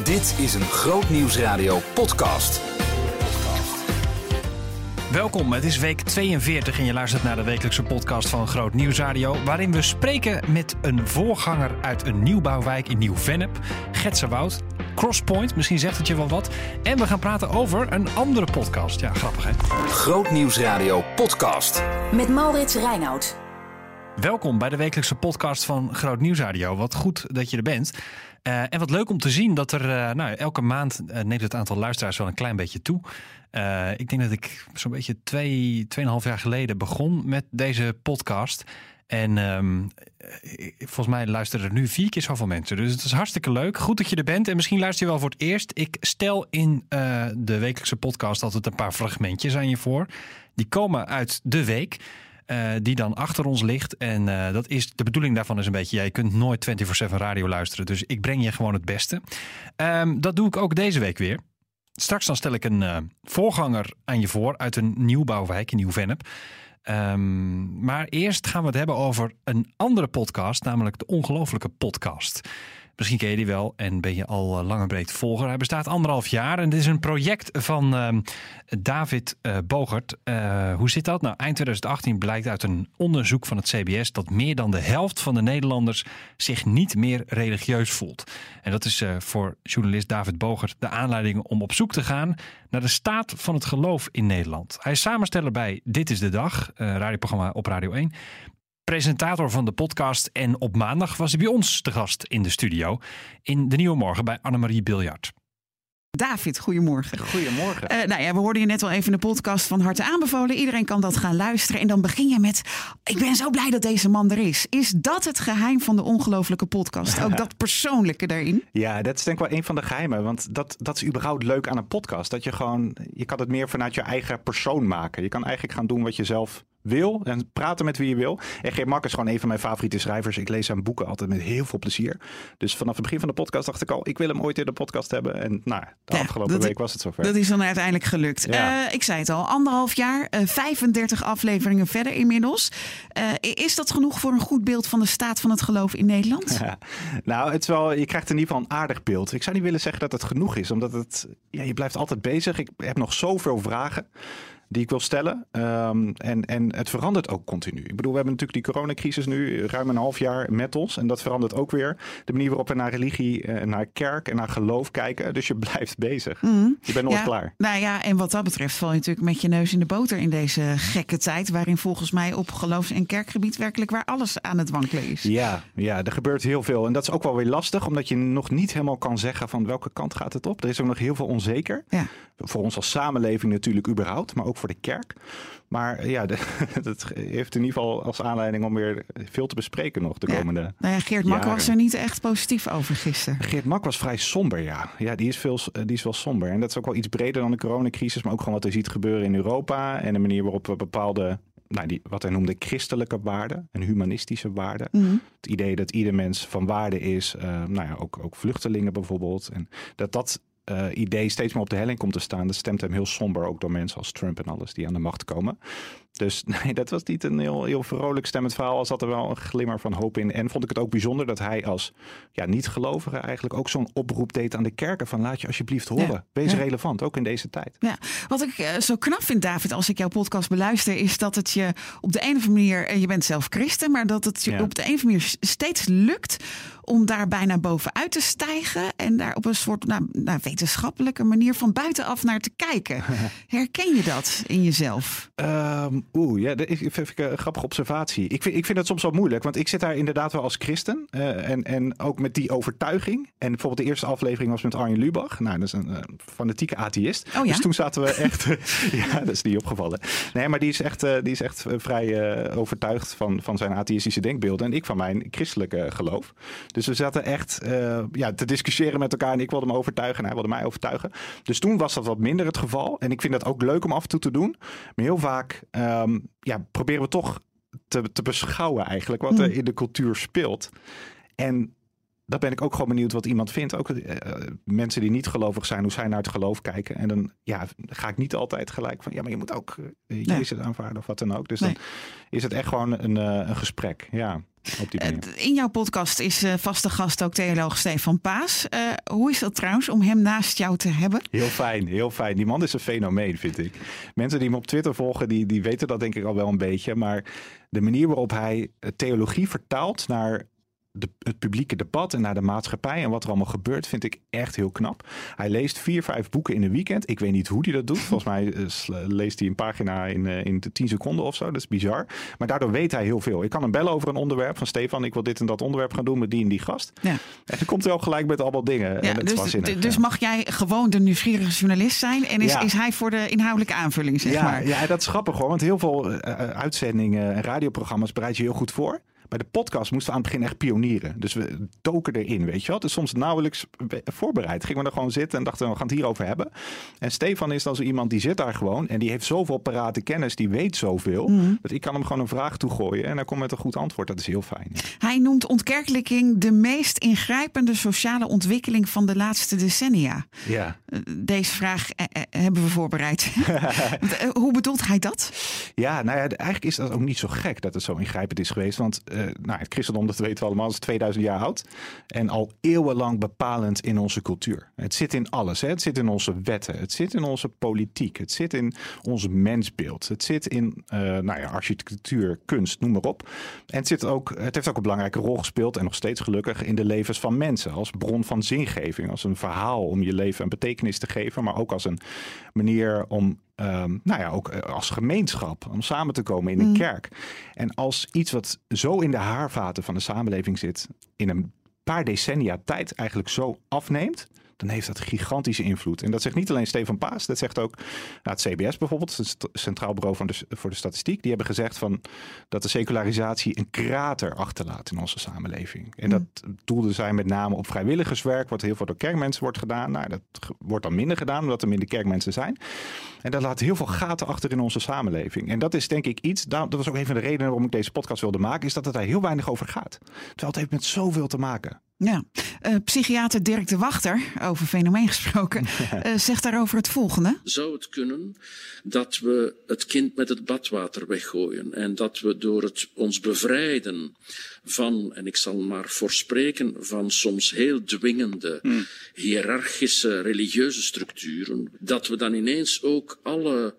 Dit is een Groot Nieuwsradio podcast. Welkom, het is week 42 en je luistert naar de wekelijkse podcast van Groot Nieuwsradio, waarin we spreken met een voorganger uit een nieuwbouwwijk in Nieuw-Vennep, Getsewoud, Crosspoint, misschien zegt het je wel wat. En we gaan praten over een andere podcast. Ja, grappig hè? Groot Nieuwsradio podcast. Met Maurits Reinoud. Welkom bij de wekelijkse podcast van Groot Nieuwsradio. Wat goed dat je er bent. En wat leuk om te zien dat er elke maand neemt het aantal luisteraars wel een klein beetje toe. Ik denk dat ik zo'n beetje 2,5 jaar geleden begon met deze podcast. En volgens mij luisteren er nu 4 keer zoveel mensen. Dus het is hartstikke leuk. Goed dat je er bent. En misschien luister je wel voor het eerst. Ik stel in de wekelijkse podcast altijd een paar fragmentjes aan je voor. Die komen uit de week. Die dan achter ons ligt. En dat is, de bedoeling daarvan is een beetje, je kunt nooit 24/7 radio luisteren. Dus ik breng je gewoon het beste. Dat doe ik ook deze week weer. Straks dan stel ik een voorganger aan je voor uit een nieuwbouwwijk in Nieuw-Vennep. Maar eerst gaan we het hebben over een andere podcast, namelijk de Ongelofelijke Podcast. Misschien ken je die wel en ben je al lang en breed volger. Hij bestaat 1,5 jaar en dit is een project van David Bogert. Hoe zit dat? Nou, eind 2018 blijkt uit een onderzoek van het CBS dat meer dan de helft van de Nederlanders zich niet meer religieus voelt. En dat is voor journalist David Bogert de aanleiding om op zoek te gaan naar de staat van het geloof in Nederland. Hij is samensteller bij Dit is de Dag, radioprogramma op Radio 1. Presentator van de podcast en op maandag was hij bij ons te gast in de studio in De Nieuwe Morgen bij Annemarie Biljart. David, goedemorgen. Goedemorgen. We hoorden je net al even in de podcast van harte aanbevolen. Iedereen kan dat gaan luisteren. En dan begin je met, ik ben zo blij dat deze man er is. Is dat het geheim van de Ongelofelijke Podcast? Ook dat persoonlijke daarin? Ja, dat is denk ik wel een van de geheimen. Want dat is überhaupt leuk aan een podcast. Dat je kan het meer vanuit je eigen persoon maken. Je kan eigenlijk gaan doen wat je zelf wil en praten met wie je wil. En Geert Mak is gewoon een van mijn favoriete schrijvers. Ik lees zijn boeken altijd met heel veel plezier. Dus vanaf het begin van de podcast dacht ik al, ik wil hem ooit in de podcast hebben. En de afgelopen week was het zover. Dat is dan uiteindelijk gelukt. Ja. Ik zei het al, 1,5 jaar, 35 afleveringen verder inmiddels. Is dat genoeg voor een goed beeld van de staat van het geloof in Nederland? Ja. Nou, het is wel, je krijgt in ieder geval een aardig beeld. Ik zou niet willen zeggen dat het genoeg is, omdat je blijft altijd bezig. Ik heb nog zoveel vragen die ik wil stellen. En het verandert ook continu. Ik bedoel, we hebben natuurlijk die coronacrisis nu ruim 1,5 jaar met ons. En dat verandert ook weer de manier waarop we naar religie, naar kerk en naar geloof kijken. Dus je blijft bezig. Mm-hmm. Je bent nooit klaar. Nou ja, en wat dat betreft val je natuurlijk met je neus in de boter in deze gekke tijd. Waarin volgens mij op geloofs- en kerkgebied werkelijk waar alles aan het wankelen is. Ja, er gebeurt heel veel. En dat is ook wel weer lastig, omdat je nog niet helemaal kan zeggen van welke kant gaat het op. Er is ook nog heel veel onzeker. Ja. Voor ons als samenleving natuurlijk überhaupt, maar ook voor de kerk. Maar ja, dat heeft in ieder geval als aanleiding om weer veel te bespreken nog de komende Geert Mak jaren. Was er niet echt positief over gisteren. Geert Mak was vrij somber, ja. Ja, die is wel somber. En dat is ook wel iets breder dan de coronacrisis, maar ook gewoon wat er ziet gebeuren in Europa en de manier waarop we bepaalde, wat hij noemde christelijke waarden en humanistische waarden. Mm-hmm. Het idee dat ieder mens van waarde is, ook vluchtelingen bijvoorbeeld. En dat idee steeds meer op de helling komt te staan. Dat stemt hem heel somber, ook door mensen als Trump en alles die aan de macht komen. Dus nee, dat was niet een heel vrolijk stemmend verhaal. Al zat er wel een glimmer van hoop in. En vond ik het ook bijzonder dat hij als niet-gelovige eigenlijk ook zo'n oproep deed aan de kerken. Van laat je alsjeblieft horen. Ja. Wees relevant, ook in deze tijd. Ja. Wat ik zo knap vind, David, als ik jouw podcast beluister, is dat het je op de een of andere manier, je bent zelf christen, maar dat het je op de een of andere manier steeds lukt om daar bijna bovenuit te stijgen en daar op een soort wetenschappelijke manier van buitenaf naar te kijken. Herken je dat in jezelf? Dat vind ik een grappige observatie. Ik vind het soms wel moeilijk, want ik zit daar inderdaad wel als christen en ook met die overtuiging. En bijvoorbeeld de eerste aflevering was met Arjen Lubach. Nou, dat is een fanatieke atheïst. Oh, ja? Dus toen zaten we echt, dat is niet opgevallen. Nee, maar die is echt vrij overtuigd van zijn atheïstische denkbeelden en ik van mijn christelijke geloof. Dus we zaten echt te discussiëren met elkaar en ik wilde hem overtuigen en hij wilde mij overtuigen. Dus toen was dat wat minder het geval. En ik vind dat ook leuk om af en toe te doen. Maar heel vaak proberen we toch te beschouwen eigenlijk wat er in de cultuur speelt. En daar ben ik ook gewoon benieuwd wat iemand vindt. Ook mensen die niet gelovig zijn, hoe zij naar het geloof kijken. En dan ga ik niet altijd gelijk van, maar je moet ook Jezus aanvaarden of wat dan ook. Dus dan is het echt gewoon een gesprek, ja. op die manier. In jouw podcast is vaste gast ook theoloog Stefan Paas. Hoe is dat trouwens om hem naast jou te hebben? Heel fijn, heel fijn. Die man is een fenomeen, vind ik. Mensen die hem op Twitter volgen, die weten dat denk ik al wel een beetje. Maar de manier waarop hij theologie vertaalt naar het publieke debat en naar de maatschappij en wat er allemaal gebeurt, vind ik echt heel knap. Hij leest 4-5 boeken in een weekend. Ik weet niet hoe hij dat doet. Volgens mij leest hij een pagina in 10 seconden of zo. Dat is bizar. Maar daardoor weet hij heel veel. Ik kan hem bellen over een onderwerp van Stefan. Ik wil dit en dat onderwerp gaan doen met die en die gast. Ja. En dan komt hij al gelijk met allemaal dingen. Ja, en dus mag jij gewoon de nieuwsgierige journalist zijn en is hij voor de inhoudelijke aanvulling, zeg maar? Ja, dat is grappig hoor. Want heel veel uitzendingen en radioprogramma's bereid je heel goed voor. Bij de podcast moesten we aan het begin echt pionieren. Dus we doken erin, weet je wel. Dus soms nauwelijks voorbereid. Gingen we er gewoon zitten en dachten we gaan het hierover hebben. En Stefan is dan zo iemand die zit daar gewoon. En die heeft zoveel parate kennis, die weet zoveel. Dat ik kan hem gewoon een vraag toegooien. En hij komt met een goed antwoord. Dat is heel fijn. Ja. Hij noemt ontkerkelijking de meest ingrijpende sociale ontwikkeling van de laatste decennia. Ja. Deze vraag hebben we voorbereid. Hoe bedoelt hij dat? Ja, nou ja, eigenlijk is dat ook niet zo gek dat het zo ingrijpend is geweest. Want het christendom, dat weten we allemaal, is 2000 jaar oud. En al eeuwenlang bepalend in onze cultuur. Het zit in alles. Hè? Het zit in onze wetten. Het zit in onze politiek. Het zit in ons mensbeeld. Het zit in architectuur, kunst, noem maar op. En het heeft ook een belangrijke rol gespeeld, en nog steeds gelukkig, in de levens van mensen. Als bron van zingeving. Als een verhaal om je leven een betekenis te geven. Maar ook als een manier om ook als gemeenschap, om samen te komen in een kerk. En als iets wat zo in de haarvaten van de samenleving zit, in een paar decennia tijd eigenlijk zo afneemt, dan heeft dat gigantische invloed. En dat zegt niet alleen Stefan Paas, dat zegt ook het CBS bijvoorbeeld, het Centraal Bureau voor de Statistiek. Die hebben gezegd dat de secularisatie een krater achterlaat in onze samenleving. En dat doelde zij met name op vrijwilligerswerk, wat heel veel door kerkmensen wordt gedaan. Nou, dat wordt dan minder gedaan, omdat er minder kerkmensen zijn. En dat laat heel veel gaten achter in onze samenleving. En dat is denk ik iets, dat was ook een van de redenen waarom ik deze podcast wilde maken, is dat het daar heel weinig over gaat. Terwijl het heeft met zoveel te maken. Ja, psychiater Dirk de Wachter, over fenomeen gesproken, zegt daarover het volgende. Zou het kunnen dat we het kind met het badwater weggooien en dat we door het ons bevrijden van, en ik zal maar voorspreken, van soms heel dwingende, hiërarchische, religieuze structuren, dat we dan ineens ook alle,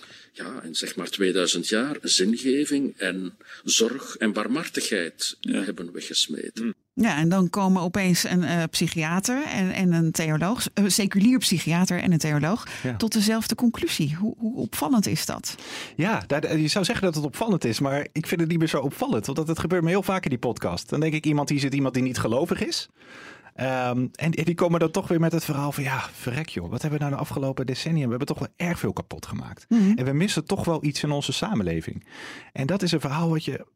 in zeg maar 2000 jaar, zingeving en zorg en barmhartigheid hebben weggesmeten. Ja, en dan komen opeens een psychiater en een theoloog, een seculier psychiater en een theoloog, tot dezelfde conclusie. Hoe opvallend is dat? Ja, je zou zeggen dat het opvallend is, maar ik vind het niet meer zo opvallend. Want het gebeurt me heel vaak in die podcast. Dan denk ik, iemand die niet gelovig is. En die komen dan toch weer met het verhaal van, verrek joh, wat hebben we nou de afgelopen decennia? We hebben toch wel erg veel kapot gemaakt. En we missen toch wel iets in onze samenleving. En dat is een verhaal wat je...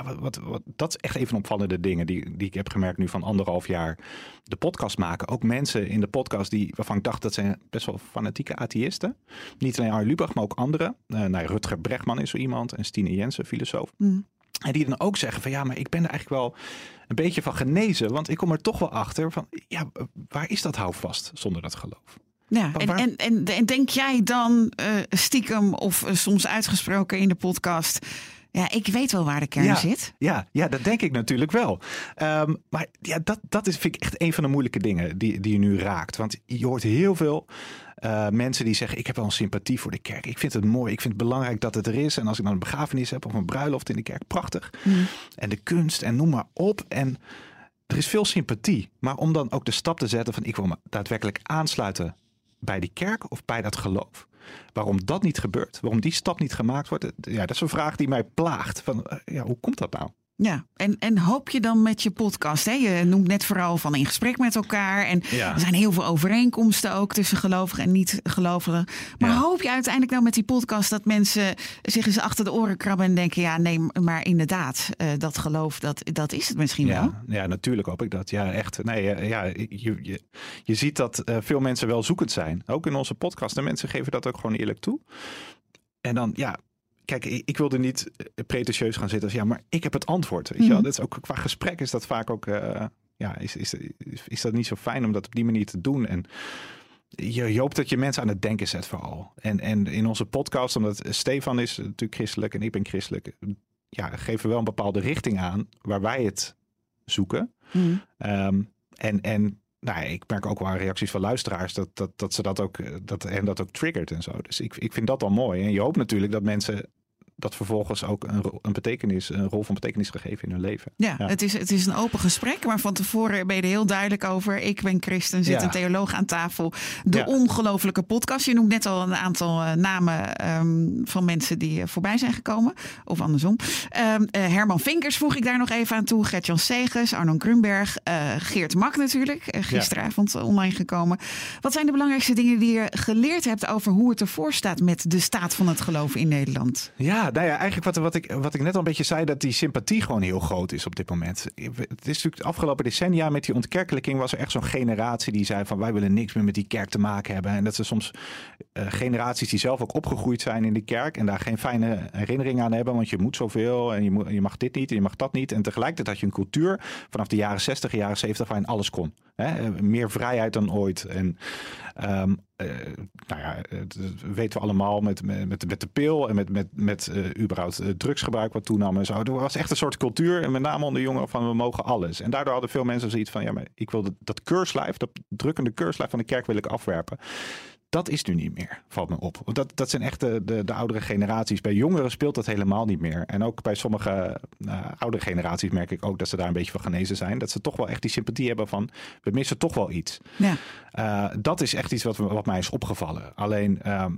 dat is echt een van de opvallende dingen die ik heb gemerkt nu van 1,5 jaar de podcast maken. Ook mensen in de podcast waarvan ik dacht dat zijn best wel fanatieke atheïsten. Niet alleen Arjen Lubach, maar ook anderen. Rutger Bregman is zo iemand en Stine Jensen, filosoof. En die dan ook zeggen van maar ik ben er eigenlijk wel een beetje van genezen. Want ik kom er toch wel achter van waar is dat houvast zonder dat geloof? Ja, en denk jij dan stiekem of soms uitgesproken in de podcast, ik weet wel waar de kern zit. Ja, dat denk ik natuurlijk wel. Maar dat vind ik echt een van de moeilijke dingen die je nu raakt. Want je hoort heel veel mensen die zeggen, ik heb wel een sympathie voor de kerk. Ik vind het mooi, ik vind het belangrijk dat het er is. En als ik dan een begrafenis heb of een bruiloft in de kerk, prachtig. En de kunst en noem maar op. En er is veel sympathie. Maar om dan ook de stap te zetten van, ik wil me daadwerkelijk aansluiten bij die kerk of bij dat geloof. Waarom dat niet gebeurt, waarom die stap niet gemaakt wordt, dat is een vraag die mij plaagt. Van, hoe komt dat nou? Ja, en hoop je dan met je podcast, je noemt net vooral van in gesprek met elkaar. En er zijn heel veel overeenkomsten ook tussen gelovigen en niet-gelovigen. Maar hoop je uiteindelijk nou met die podcast dat mensen zich eens achter de oren krabben en denken, nee, maar inderdaad, dat geloof, dat is het misschien wel. Ja, natuurlijk hoop ik dat. Ja, echt. Nee, je ziet dat veel mensen wel zoekend zijn. Ook in onze podcast. En mensen geven dat ook gewoon eerlijk toe. En dan, kijk, ik wilde niet pretentieus gaan zitten als maar ik heb het antwoord. Weet je wel? Dat is ook qua gesprek is dat vaak ook is dat niet zo fijn om dat op die manier te doen. En je hoopt dat je mensen aan het denken zet vooral. En in onze podcast, omdat Stefan is natuurlijk christelijk en ik ben christelijk, geven wel een bepaalde richting aan waar wij het zoeken. Ik merk ook wel aan reacties van luisteraars dat ze dat ook triggert en zo. Dus ik vind dat dan mooi. En je hoopt natuurlijk dat mensen dat vervolgens ook een rol van betekenis gegeven in hun leven. Ja. Het is een open gesprek, maar van tevoren ben je er heel duidelijk over. Ik ben christen, zit een theoloog aan tafel. De ongelofelijke podcast. Je noemt net al een aantal namen van mensen die voorbij zijn gekomen. Of andersom. Herman Vinkers voeg ik daar nog even aan toe. Gert-Jan Segers, Arnon Grunberg, Geert Mak natuurlijk. Gisteravond online gekomen. Wat zijn de belangrijkste dingen die je geleerd hebt over hoe het ervoor staat met de staat van het geloof in Nederland? Ja, eigenlijk wat ik net al een beetje zei, dat die sympathie gewoon heel groot is op dit moment. Het is natuurlijk de afgelopen decennia met die ontkerkelijking was er echt zo'n generatie die zei van wij willen niks meer met die kerk te maken hebben. En dat ze soms generaties die zelf ook opgegroeid zijn in de kerk en daar geen fijne herinneringen aan hebben, want je moet zoveel en je mag dit niet en je mag dat niet. En tegelijkertijd had je een cultuur vanaf de jaren 60, jaren 70 waarin alles kon. Meer vrijheid dan ooit. En dat weten we allemaal met de pil en met überhaupt drugsgebruik wat toenam en zo. Er was echt een soort cultuur en met name onder jongeren van we mogen alles. En daardoor hadden veel mensen zoiets van maar ik wil dat keurslijf, dat drukkende keurslijf van de kerk wil ik afwerpen. Dat is nu niet meer, valt me op. Dat zijn echt de oudere generaties. Bij jongeren speelt dat helemaal niet meer. En ook bij sommige oudere generaties merk ik ook dat ze daar een beetje van genezen zijn. Dat ze toch wel echt die sympathie hebben van we missen toch wel iets. Ja. Dat is echt iets wat mij is opgevallen. Alleen,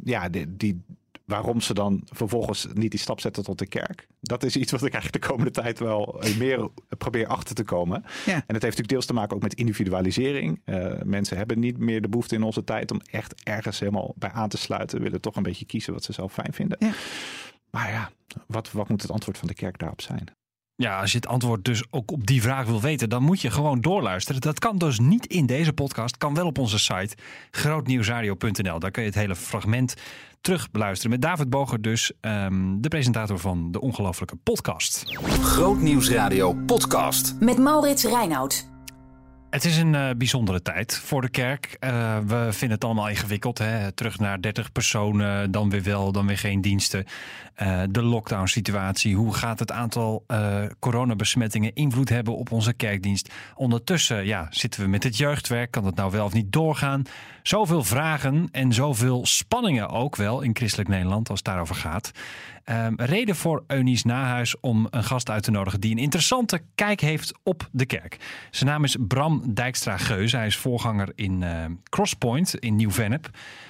waarom ze dan vervolgens niet die stap zetten tot de kerk. Dat is iets wat ik eigenlijk de komende tijd wel meer probeer achter te komen. Ja. En dat heeft natuurlijk deels te maken ook met individualisering. Mensen hebben niet meer de behoefte in onze tijd om echt ergens helemaal bij aan te sluiten. Willen toch een beetje kiezen wat ze zelf fijn vinden. Ja. Maar wat moet het antwoord van de kerk daarop zijn? Ja, als je het antwoord dus ook op die vraag wil weten, dan moet je gewoon doorluisteren. Dat kan dus niet in deze podcast, kan wel op onze site grootnieuwsradio.nl. Daar kun je het hele fragment terug beluisteren. Met David Boger dus, de presentator van de ongelofelijke podcast. Grootnieuwsradio podcast. Met Maurits Reinoud. Het is een bijzondere tijd voor de kerk. We vinden het allemaal ingewikkeld. Hè? Terug naar 30 personen, dan weer wel, dan weer geen diensten. De lockdown situatie. Hoe gaat het aantal coronabesmettingen invloed hebben op onze kerkdienst? Ondertussen zitten we met het jeugdwerk. Kan het nou wel of niet doorgaan? Zoveel vragen en zoveel spanningen ook wel in christelijk Nederland als het daarover gaat. Reden voor Eunice Nahuis om een gast uit te nodigen die een interessante kijk heeft op de kerk. Zijn naam is Bram Dijkstra-Geuze. Hij is voorganger in Crosspoint in Nieuw-Vennep.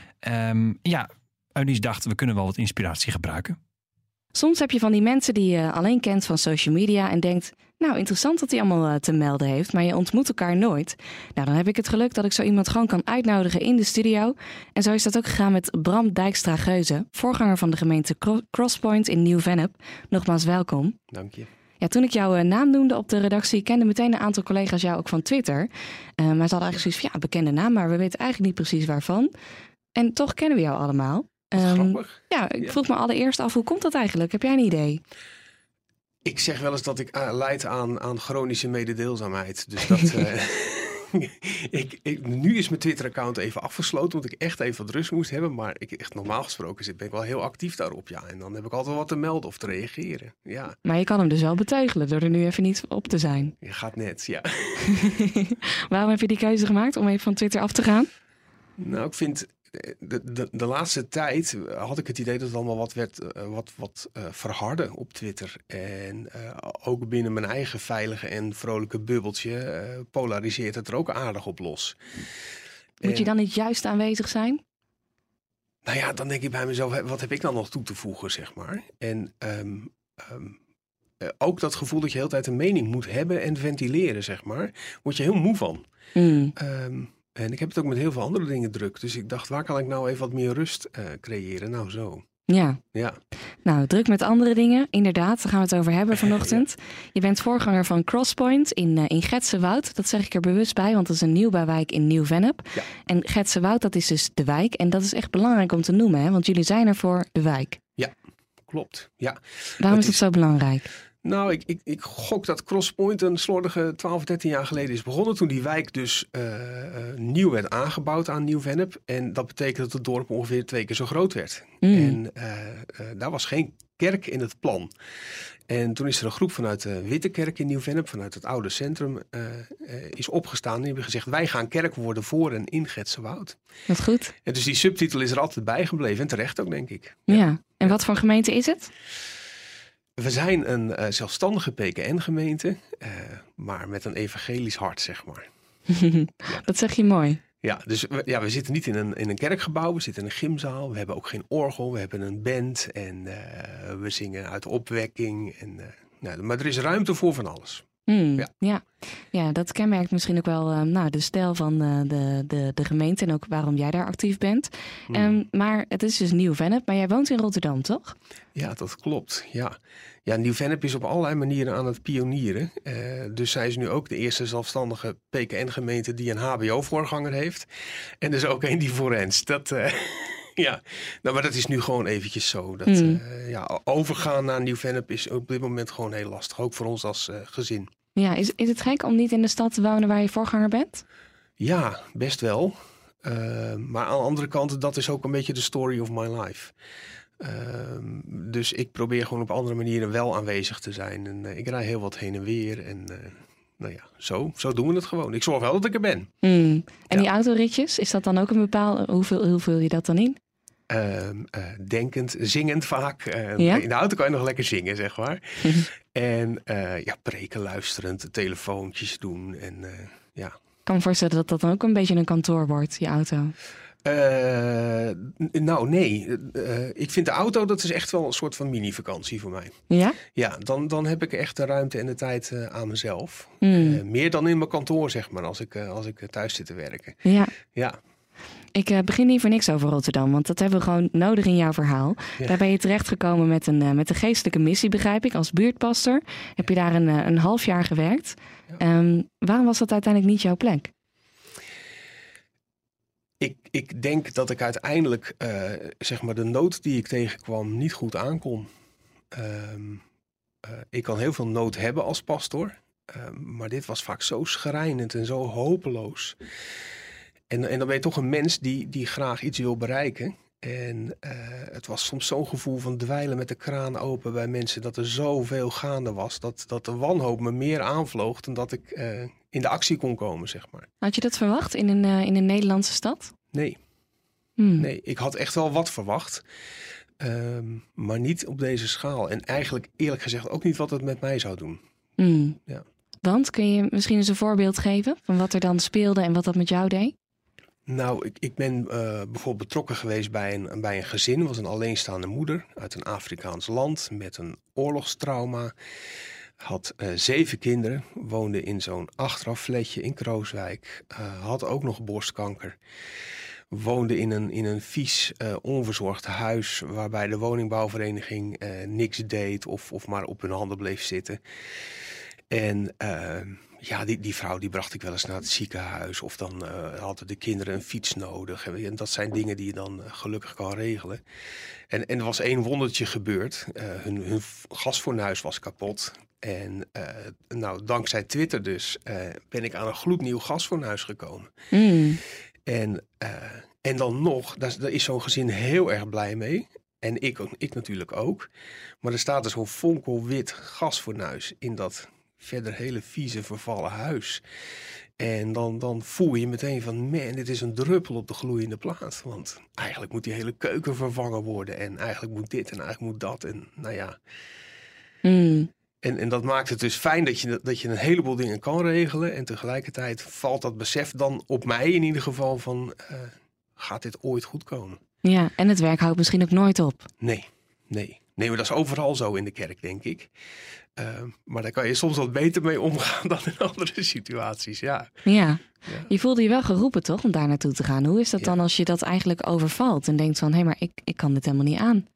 Eunice dacht, we kunnen wel wat inspiratie gebruiken. Soms heb je van die mensen die je alleen kent van social media en denkt, nou interessant dat hij allemaal te melden heeft, maar je ontmoet elkaar nooit. Nou, dan heb ik het geluk dat ik zo iemand gewoon kan uitnodigen in de studio. En zo is dat ook gegaan met Bram Dijkstra-Geuze, voorganger van de gemeente Crosspoint in Nieuw-Vennep. Nogmaals welkom. Dank je. Ja, toen ik jouw naam noemde op de redactie, kenden meteen een aantal collega's jou ook van Twitter. Maar ze hadden eigenlijk zoiets van, bekende naam, maar we weten eigenlijk niet precies waarvan. En toch kennen we jou allemaal. Grappig. Ja, ik vroeg me allereerst af, hoe komt dat eigenlijk? Heb jij een idee? Ik zeg wel eens dat ik lijd aan chronische mededeelzaamheid. Dus dat... nu is mijn Twitter-account even afgesloten, omdat ik echt even wat rust moest hebben. Maar normaal gesproken ben ik wel heel actief daarop. Ja. En dan heb ik altijd wel wat te melden of te reageren. Ja. Maar je kan hem dus wel beteugelen door er nu even niet op te zijn. Je gaat net, ja. Waarom heb je die keuze gemaakt om even van Twitter af te gaan? Nou, ik vind... De laatste tijd had ik het idee dat het allemaal wat werd verharden op Twitter. En ook binnen mijn eigen veilige en vrolijke bubbeltje polariseert het er ook aardig op los. Moet je dan niet juist aanwezig zijn? Nou ja, dan denk ik bij mezelf, wat heb ik dan nog toe te voegen, zeg maar. En ook dat gevoel dat je de hele tijd een mening moet hebben en ventileren, zeg maar, word je heel moe van. En ik heb het ook met heel veel andere dingen druk. Dus ik dacht, waar kan ik nou even wat meer rust creëren? Nou, zo. Ja. Ja. Nou, druk met andere dingen. Inderdaad, daar gaan we het over hebben vanochtend. Ja. Je bent voorganger van Crosspoint in Getsewoud. Dat zeg ik er bewust bij, want dat is een nieuwbouwwijk in Nieuw-Vennep. Ja. En Getsewoud, dat is dus de wijk. En dat is echt belangrijk om te noemen, hè? Want jullie zijn er voor de wijk. Ja, klopt. Ja. Waarom is het zo belangrijk? Nou, ik gok dat Crosspoint een slordige 12, 13 jaar geleden is begonnen. Toen die wijk dus nieuw werd aangebouwd aan Nieuw-Vennep. En dat betekent dat het dorp ongeveer 2 keer zo groot werd. En daar was geen kerk in het plan. En toen is er een groep vanuit de Wittekerk in Nieuw-Vennep, vanuit het oude centrum, is opgestaan. Die hebben gezegd, wij gaan kerk worden voor en in Getsewoud. Wat goed. En dus die subtitel is er altijd bijgebleven. En terecht ook, denk ik. Ja. En wat voor gemeente is het? We zijn een zelfstandige PKN-gemeente, maar met een evangelisch hart, zeg maar. Dat zeg je mooi. Ja, dus we zitten niet in een kerkgebouw, we zitten in een gymzaal. We hebben ook geen orgel, we hebben een band en we zingen uit opwekking. Maar er is ruimte voor van alles. Ja, dat kenmerkt misschien ook wel de stijl van de gemeente en ook waarom jij daar actief bent. Maar het is dus Nieuw-Vennep, maar jij woont in Rotterdam, toch? Ja, dat klopt. Ja, Nieuw-Vennep is op allerlei manieren aan het pionieren. Dus zij is nu ook de eerste zelfstandige PKN-gemeente die een HBO-voorganger heeft. En dus ook een die forenst. Maar dat is nu gewoon eventjes zo. Overgaan naar Nieuw-Vennep is op dit moment gewoon heel lastig. Ook voor ons als gezin. Ja, is het gek om niet in de stad te wonen waar je voorganger bent? Ja, best wel. Maar aan de andere kant, dat is ook een beetje de story of my life. Dus ik probeer gewoon op andere manieren wel aanwezig te zijn. En ik rij heel wat heen en weer. En zo doen we het gewoon. Ik zorg wel dat ik er ben. En die autoritjes, is dat dan ook een bepaalde... Hoe vul je dat dan in? Denkend, zingend vaak. Ja? In de auto kan je nog lekker zingen, zeg maar. En preken luisterend, telefoontjes doen. Ik kan me voorstellen dat dat dan ook een beetje een kantoor wordt, je auto. Nee. Ik vind de auto, dat is echt wel een soort van mini-vakantie voor mij. Ja? Ja, dan heb ik echt de ruimte en de tijd aan mezelf. Meer dan in mijn kantoor, zeg maar, als ik thuis zit te werken. Ja. Ik begin niet voor niks over Rotterdam, want dat hebben we gewoon nodig in jouw verhaal. Ja. Daar ben je terechtgekomen met een geestelijke missie, begrijp ik, als buurtpastor. Heb je daar een half jaar gewerkt. Ja. Waarom was dat uiteindelijk niet jouw plek? Ik denk dat ik uiteindelijk de nood die ik tegenkwam niet goed aankon. Ik kan heel veel nood hebben als pastoor. Maar dit was vaak zo schrijnend en zo hopeloos. En dan ben je toch een mens die graag iets wil bereiken. En het was soms zo'n gevoel van dweilen met de kraan open bij mensen. Dat er zoveel gaande was. Dat de wanhoop me meer aanvloog dan dat ik in de actie kon komen, zeg maar. Had je dat verwacht in een Nederlandse stad? Nee. Nee, ik had echt wel wat verwacht. Maar niet op deze schaal. En eigenlijk eerlijk gezegd ook niet wat het met mij zou doen. Ja. Want kun je misschien eens een voorbeeld geven van wat er dan speelde en wat dat met jou deed? Nou, ik ben bijvoorbeeld betrokken geweest bij een gezin. Het was een alleenstaande moeder uit een Afrikaans land met een oorlogstrauma. Had 7 kinderen, woonde in zo'n achterafletje in Krooswijk. Had ook nog borstkanker. Woonde in een vies, onverzorgd huis waarbij de woningbouwvereniging niks deed of maar op hun handen bleef zitten. En die vrouw die bracht ik wel eens naar het ziekenhuis. Of dan hadden de kinderen een fiets nodig. En dat zijn dingen die je dan gelukkig kan regelen. En er was 1 wondertje gebeurd. Hun gasfornuis was kapot. En dankzij Twitter dus ben ik aan een gloednieuw gasfornuis gekomen. En dan nog, daar is zo'n gezin heel erg blij mee. En ik natuurlijk ook. Maar er staat dus zo'n fonkelwit gasfornuis in dat verder hele vieze vervallen huis. En dan voel je meteen van, man, dit is een druppel op de gloeiende plaat. Want eigenlijk moet die hele keuken vervangen worden. En eigenlijk moet dit en eigenlijk moet dat. En En dat maakt het dus fijn dat je een heleboel dingen kan regelen. En tegelijkertijd valt dat besef dan op mij in ieder geval van, gaat dit ooit goed komen? Ja, en het werk houdt misschien ook nooit op. Nee, maar dat is overal zo in de kerk, denk ik. Maar daar kan je soms wat beter mee omgaan dan in andere situaties, ja. Je voelde je wel geroepen, toch, om daar naartoe te gaan. Hoe is dat dan als je dat eigenlijk overvalt en denkt van, hé, maar ik kan dit helemaal niet aan?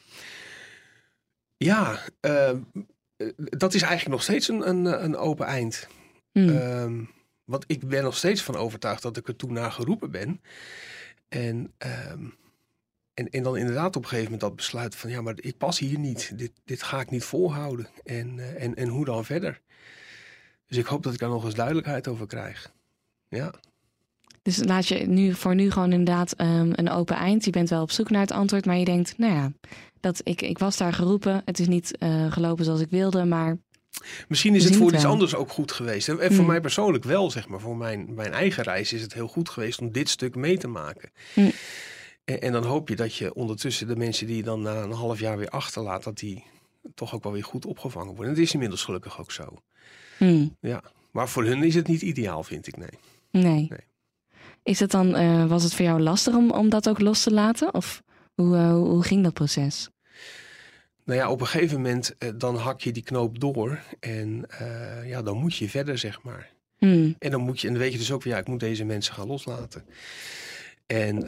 Ja, dat is eigenlijk nog steeds een open eind. Want ik ben nog steeds van overtuigd dat ik er toen naar geroepen ben. En dan inderdaad op een gegeven moment dat besluit van, ja, maar ik pas hier niet. Dit ga ik niet volhouden. En hoe dan verder? Dus ik hoop dat ik daar nog eens duidelijkheid over krijg. Ja. Dus laat je voor nu gewoon inderdaad een open eind. Je bent wel op zoek naar het antwoord, maar je denkt, nou ja, ik was daar geroepen. Het is niet gelopen zoals ik wilde, maar... Misschien is het voor iets anders ook goed geweest. En voor mij persoonlijk wel, zeg maar. Voor mijn eigen reis is het heel goed geweest om dit stuk mee te maken. En dan hoop je dat je ondertussen de mensen die je dan na een half jaar weer achterlaat, dat die toch ook wel weer goed opgevangen worden. En het is inmiddels gelukkig ook zo. Ja. Maar voor hun is het niet ideaal, vind ik. Nee. Is het dan, was het voor jou lastig om dat ook los te laten? Of hoe ging dat proces? Nou ja, op een gegeven moment dan hak je die knoop door. En dan moet je verder, zeg maar. En dan weet je dus ook weer, ik moet deze mensen gaan loslaten. En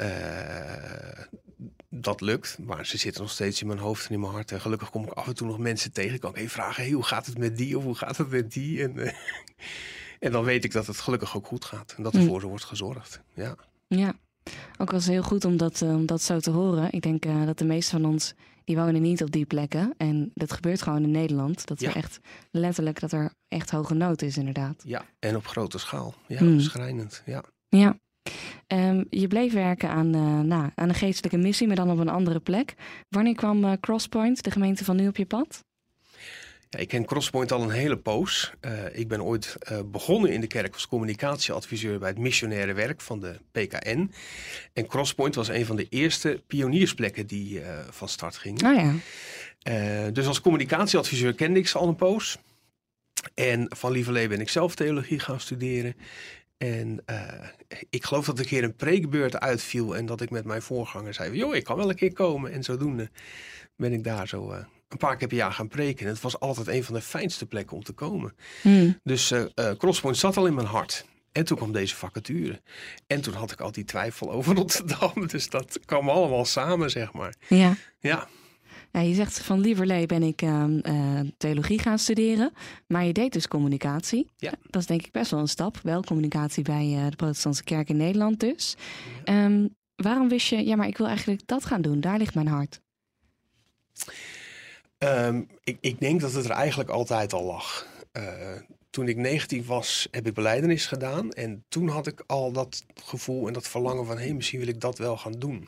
dat lukt, maar ze zitten nog steeds in mijn hoofd en in mijn hart. En gelukkig kom ik af en toe nog mensen tegen. Ik kan even vragen, hoe gaat het met die of hoe gaat het met die? En dan weet ik dat het gelukkig ook goed gaat. En dat er voor ze wordt gezorgd. Ja, ook wel heel goed om dat zo te horen. Ik denk dat de meesten van ons, die wonen niet op die plekken. En dat gebeurt gewoon in Nederland. Dat er echt letterlijk, dat er echt hoge nood is inderdaad. Ja, en op grote schaal. Ja, schrijnend. Ja. Je bleef werken aan een geestelijke missie, maar dan op een andere plek. Wanneer kwam Crosspoint, de gemeente van nu, op je pad? Ja, ik ken Crosspoint al een hele poos. Ik ben ooit begonnen in de kerk als communicatieadviseur bij het missionaire werk van de PKN. En Crosspoint was een van de eerste pioniersplekken die van start gingen. Dus als communicatieadviseur kende ik ze al een poos. En van lieverlee ben ik zelf theologie gaan studeren. En ik geloof dat een keer een preekbeurt uitviel en dat ik met mijn voorganger zei, joh, ik kan wel een keer komen. En zodoende ben ik daar zo een paar keer per jaar gaan preken. En het was altijd een van de fijnste plekken om te komen. Dus Crosspoint zat al in mijn hart. En toen kwam deze vacature. En toen had ik al die twijfel over Rotterdam. Dus dat kwam allemaal samen, zeg maar. Ja. Ja, je zegt van lieverlee ben ik theologie gaan studeren. Maar je deed dus communicatie. Ja. Dat is denk ik best wel een stap. Wel communicatie bij de protestantse kerk in Nederland dus. Ja. Waarom wist je, maar ik wil eigenlijk dat gaan doen. Daar ligt mijn hart. Ik denk dat het er eigenlijk altijd al lag. Toen ik 19 was, heb ik belijdenis gedaan. En toen had ik al dat gevoel en dat verlangen van, misschien wil ik dat wel gaan doen.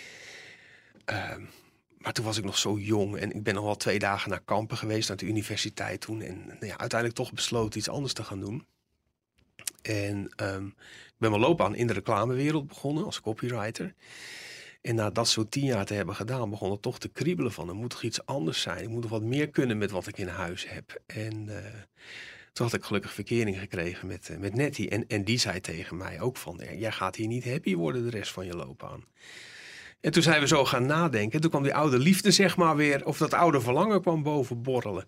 Maar toen was ik nog zo jong en ik ben nog wel 2 dagen naar kampen geweest, naar de universiteit toen. En uiteindelijk toch besloten iets anders te gaan doen. En ik ben mijn loopbaan in de reclamewereld begonnen als copywriter. En na dat zo 10 jaar te hebben gedaan, begon het toch te kriebelen van, er moet toch iets anders zijn. Ik moet nog wat meer kunnen met wat ik in huis heb. En toen had ik gelukkig verkering gekregen met Nettie. En die zei tegen mij ook van, jij gaat hier niet happy worden de rest van je loopbaan. En toen zijn we zo gaan nadenken. Toen kwam die oude liefde, zeg maar, weer, of dat oude verlangen kwam boven borrelen.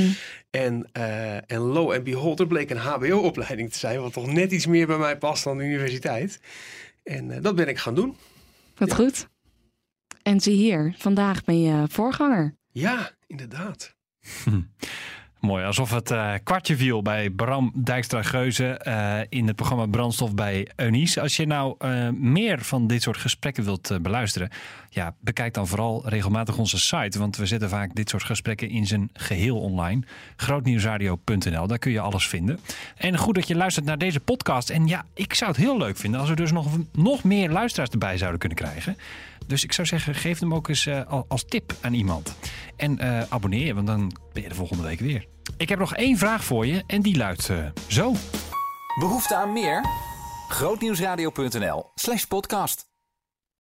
En lo en behold, er bleek een hbo-opleiding te zijn, wat toch net iets meer bij mij past dan de universiteit. En dat ben ik gaan doen. Wat goed. En zie hier, vandaag ben je voorganger. Ja, inderdaad. Mooi, alsof het kwartje viel bij Bram Dijkstra-Geuze in het programma Brandstof bij Eunice. Als je nou meer van dit soort gesprekken wilt beluisteren, bekijk dan vooral regelmatig onze site. Want we zetten vaak dit soort gesprekken in zijn geheel online. Grootnieuwsradio.nl, daar kun je alles vinden. En goed dat je luistert naar deze podcast. En ik zou het heel leuk vinden als we dus nog meer luisteraars erbij zouden kunnen krijgen. Dus ik zou zeggen, geef hem ook eens als tip aan iemand. En abonneer je, want dan ben je de volgende week weer. Ik heb nog 1 vraag voor je en die luidt zo. Behoefte aan meer? Grootnieuwsradio.nl/podcast